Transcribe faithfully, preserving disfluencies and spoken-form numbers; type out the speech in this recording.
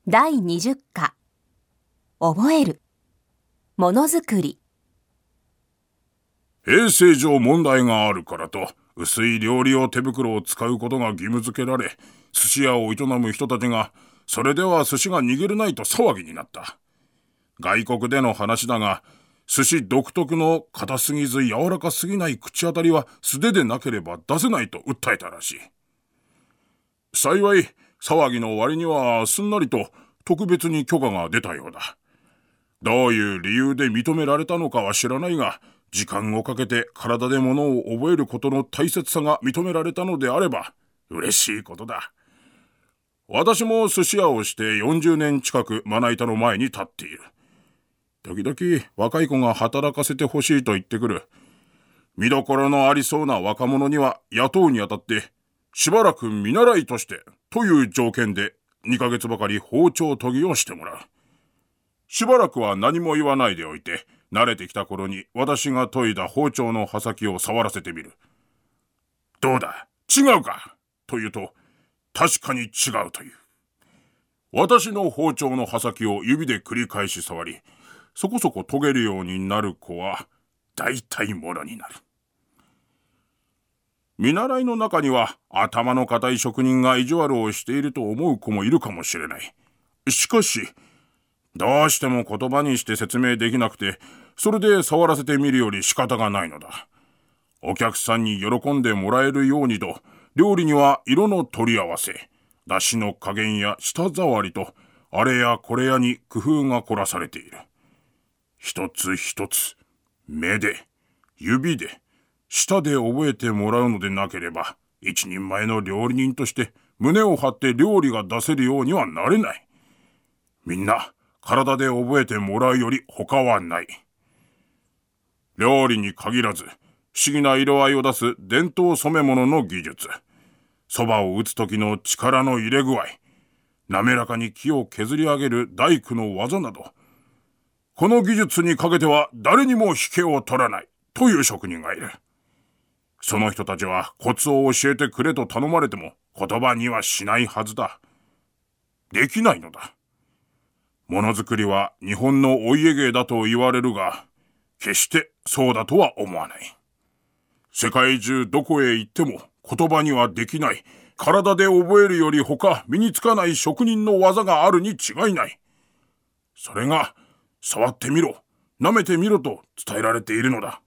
だいにじゅっ課覚えるものづくり。 衛生上問題があるからと薄い料理用手袋を使うことが義務付けられ、寿司屋を営む人たちがそれでは寿司が握れないと騒ぎになった。外国での話だが、寿司独特の硬すぎず柔らかすぎない口当たりは素手でなければ出せないと訴えたらしい。幸い騒ぎの割にはすんなりと特別に許可が出たようだ。どういう理由で認められたのかは知らないが、時間をかけて体で物を覚えることの大切さが認められたのであれば嬉しいことだ。私も寿司屋をしてよんじゅうねん近くまな板の前に立っている。時々若い子が働かせてほしいと言ってくる。見どころのありそうな若者には雇うにあたってしばらく見習いとしてという条件でにかげつばかり包丁研ぎをしてもらう。しばらくは何も言わないでおいて、慣れてきた頃に私が研いだ包丁の刃先を触らせてみる。どうだ、違うかと言うと、確かに違うという。私の包丁の刃先を指で繰り返し触り、そこそこ研げるようになる子は大体ものになる。見習いの中には頭の固い職人が意地悪をしていると思う子もいるかもしれない。しかし、どうしても言葉にして説明できなくて、それで触らせてみるより仕方がないのだ。お客さんに喜んでもらえるようにと、料理には色の取り合わせ、出汁の加減や舌触りと、あれやこれやに工夫が凝らされている。一つ一つ、目で、指で、舌で覚えてもらうのでなければ、一人前の料理人として胸を張って料理が出せるようにはなれない。みんな、体で覚えてもらうより他はない。料理に限らず、不思議な色合いを出す伝統染め物の技術、蕎麦を打つ時の力の入れ具合、滑らかに木を削り上げる大工の技など、この技術にかけては誰にも引けを取らないという職人がいる。その人たちはコツを教えてくれと頼まれても言葉にはしないはずだ。できないのだ。ものづくりは日本のお家芸だと言われるが、決してそうだとは思わない。世界中どこへ行っても言葉にはできない、体で覚えるより他身につかない職人の技があるに違いない。それが触ってみろ、舐めてみろと伝えられているのだ。